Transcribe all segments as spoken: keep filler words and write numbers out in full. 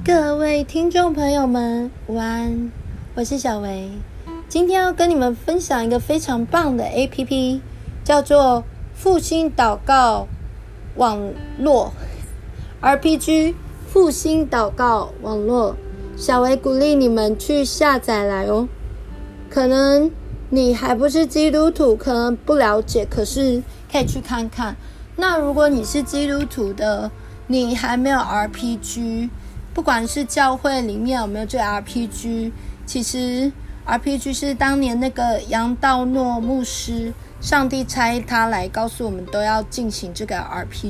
各位听众朋友们，午安，我是小维。今天要跟你们分享一个非常棒的 A P P， 叫做复兴祷告网络 R P G 复兴祷告网络。小维鼓励你们去下载来哦。可能你还不是基督徒，可能不了解，可是可以去看看。那如果你是基督徒的，你还没有 R P G， 不管是教会里面有没有这 R P G， 其实 R P G 是当年那个杨道诺牧师，上帝差他来告诉我们都要进行这个 R P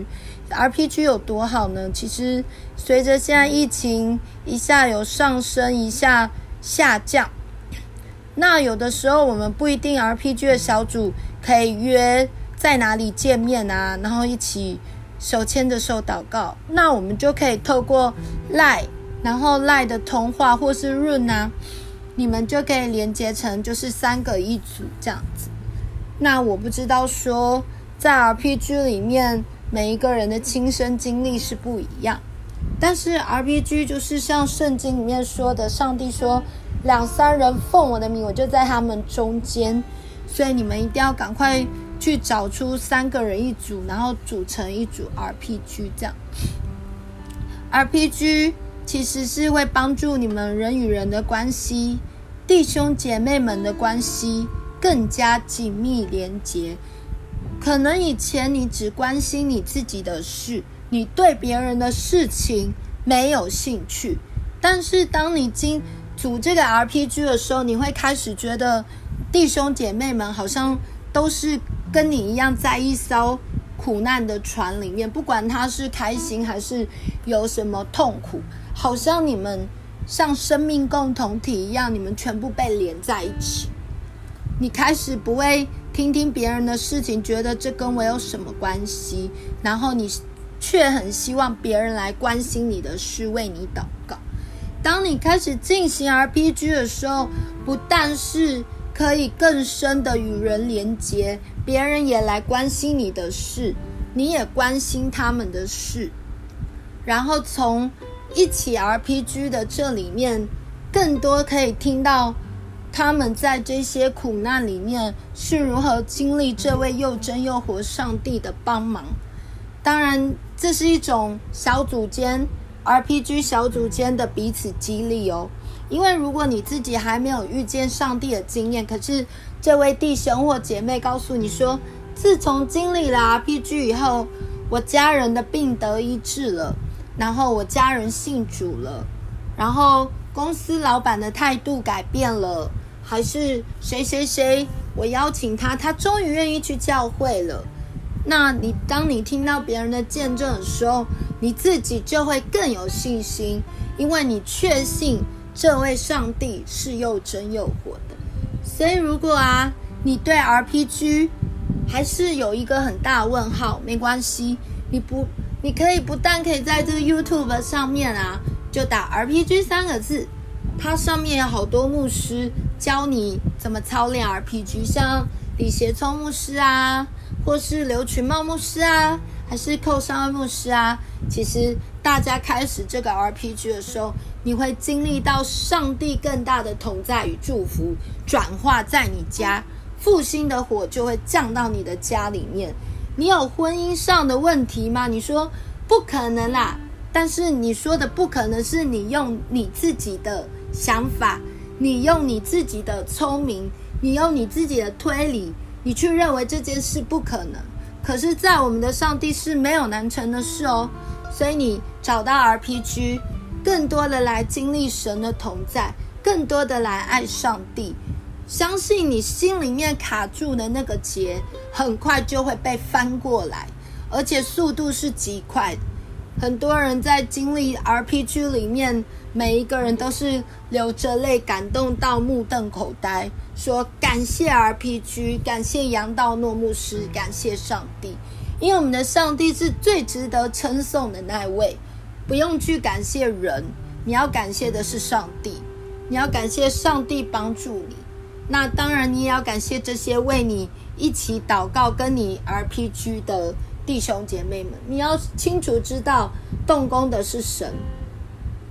G。R P G 有多好呢？其实随着现在疫情一下有上升，一下下降，那有的时候我们不一定 R P G 的小组可以约在哪里见面啊，然后一起手牵着手祷告，那我们就可以透过 Line， 然后 Line 的通话或是 Room 啊，你们就可以连接成就是三个一组这样子。那我不知道说在 R P G 里面每一个人的亲身经历是不一样，但是 R P G 就是像圣经里面说的，上帝说两三人奉我的名，我就在他们中间，所以你们一定要赶快去找出三个人一组，然后组成一组 R P G 这样。R P G 其实是会帮助你们人与人的关系，弟兄姐妹们的关系更加紧密连结。可能以前你只关心你自己的事，你对别人的事情没有兴趣，但是当你经组这个 R P G 的时候，你会开始觉得弟兄姐妹们好像都是跟你一样在一艘苦难的船里面，不管他是开心还是有什么痛苦，好像你们像生命共同体一样，你们全部被连在一起。你开始不会听听别人的事情，觉得这跟我有什么关系，然后你却很希望别人来关心你的事，为你祷告。当你开始进行 R P G 的时候，不但是可以更深的与人连结，别人也来关心你的事，你也关心他们的事，然后从一起 R P G 的这里面更多可以听到他们在这些苦难里面是如何经历这位又真又活上帝的帮忙。当然这是一种小组间 R P G 小组间的彼此激励哦，因为如果你自己还没有遇见上帝的经验，可是这位弟兄或姐妹告诉你说，自从经历了 R P G 以后，我家人的病得医治了，然后我家人信主了，然后公司老板的态度改变了，还是谁谁谁我邀请他，他终于愿意去教会了。那你当你听到别人的见证的时候，你自己就会更有信心，因为你确信这位上帝是又真又活的。所以如果啊你对 R P G 还是有一个很大的问号，没关系，你不你可以不但可以在这个 YouTube 上面啊就打 R P G 三个字，它上面有好多牧师教你怎么操练 R P G， 像李协聪牧师啊，或是刘群茂牧师啊，还是寇尚恩牧师啊，其实大家开始这个 R P G 的时候，你会经历到上帝更大的同在与祝福转化在你家，复兴的火就会降到你的家里面。你有婚姻上的问题吗？你说不可能啦，但是你说的不可能是你用你自己的想法，你用你自己的聪明，你用你自己的推理，你去认为这件事不可能，可是在我们的上帝是没有难成的事哦。所以你找到 R P G， 更多的来经历神的同在，更多的来爱上帝，相信你心里面卡住的那个结很快就会被翻过来，而且速度是极快的。很多人在经历 R P G 里面，每一个人都是流着泪，感动到目瞪口呆，说感谢 R P G， 感谢杨道诺牧师，感谢上帝。因为我们的上帝是最值得称颂的那位，不用去感谢人，你要感谢的是上帝，你要感谢上帝帮助你。那当然你也要感谢这些为你一起祷告跟你 R P G 的弟兄姐妹们，你要清楚知道动工的是神，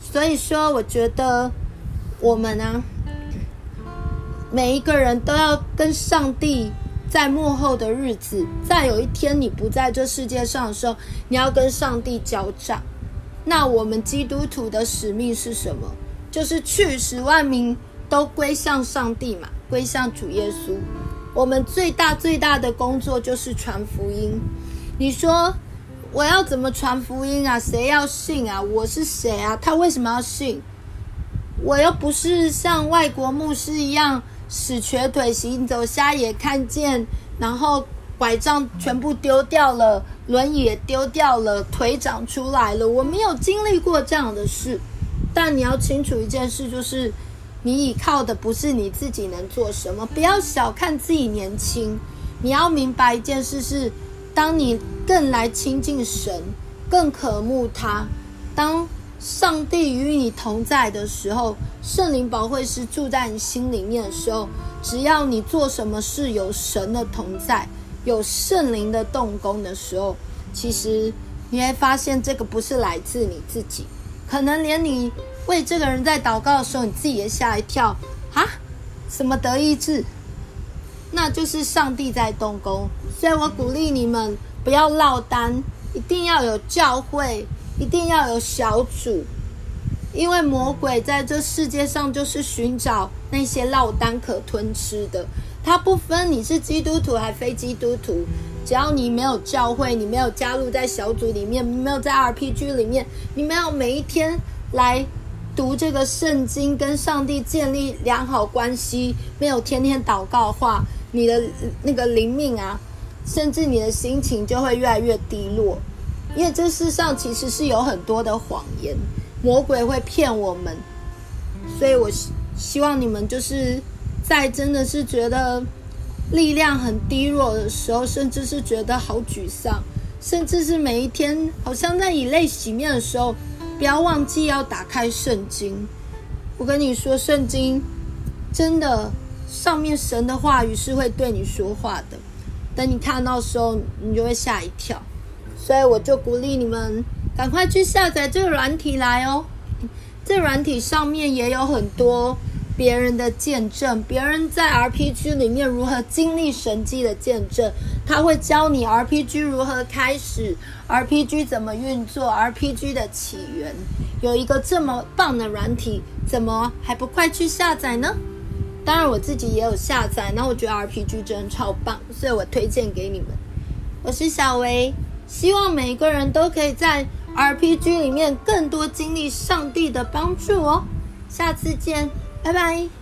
所以说我觉得我们啊，每一个人都要跟上帝在幕后的日子，在有一天你不在这世界上的时候，你要跟上帝交账。那我们基督徒的使命是什么？就是去使万民都归向上帝嘛，归向主耶稣。我们最大最大的工作就是传福音。你说我要怎么传福音啊？谁要信啊？我是谁啊？他为什么要信？我又不是像外国牧师一样使瘸腿行走，瞎也看见，然后拐杖全部丢掉了，轮椅也丢掉了，腿长出来了。我没有经历过这样的事。但你要清楚一件事，就是你依靠的不是你自己能做什么。不要小看自己年轻，你要明白一件事是，当你更来亲近神，更渴慕他，当上帝与你同在的时候，圣灵保惠师住在你心里面的时候，只要你做什么事有神的同在，有圣灵的动工的时候，其实你会发现这个不是来自你自己。可能连你为这个人在祷告的时候，你自己也吓一跳啊，什么得医治？那就是上帝在动工。所以我鼓励你们不要落单，一定要有教会，一定要有小组，因为魔鬼在这世界上就是寻找那些落单可吞吃的。他不分你是基督徒还非基督徒，只要你没有教会，你没有加入在小组里面，你没有在 R P G 里面，你没有每一天来读这个圣经，跟上帝建立良好关系，没有天天祷告的话，你的那个灵命啊，甚至你的心情就会越来越低落。因为这世上其实是有很多的谎言，魔鬼会骗我们。所以我希望你们就是在真的是觉得力量很低弱的时候，甚至是觉得好沮丧，甚至是每一天好像在以泪洗面的时候，不要忘记要打开圣经。我跟你说，圣经真的上面神的话语是会对你说话的，等你看到的时候你就会吓一跳。所以我就鼓励你们赶快去下载这个软体来哦。这个软体上面也有很多别人的见证，别人在 R P G 里面如何经历神迹的见证，他会教你 R P G 如何开始， R P G 怎么运作， R P G 的起源。有一个这么棒的软体，怎么还不快去下载呢？当然我自己也有下载，然后我觉得 R P G 真的超棒，所以我推荐给你们。我是小维，希望每个人都可以在 R P G 里面更多经历上帝的帮助哦。下次见，拜拜。